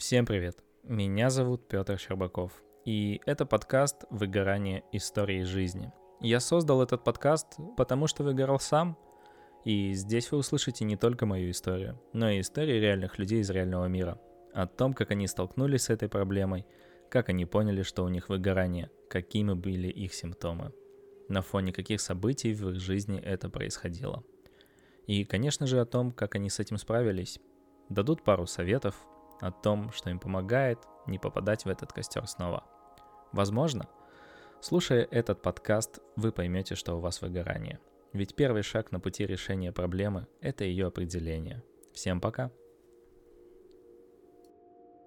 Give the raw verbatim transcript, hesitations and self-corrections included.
Всем привет! Меня зовут Петр Щербаков, и это подкаст «Выгорание. Истории жизни». Я создал этот подкаст, потому что выгорал сам, и здесь вы услышите не только мою историю, но и истории реальных людей из реального мира, о том, как они столкнулись с этой проблемой, как они поняли, что у них выгорание, какими были их симптомы, на фоне каких событий в их жизни это происходило. И, конечно же, о том, как они с этим справились. Дадут пару советов о том, что им помогает не попадать в этот костер снова. Возможно, слушая этот подкаст, вы поймете, что у вас выгорание. Ведь первый шаг на пути решения проблемы – это ее определение. Всем пока!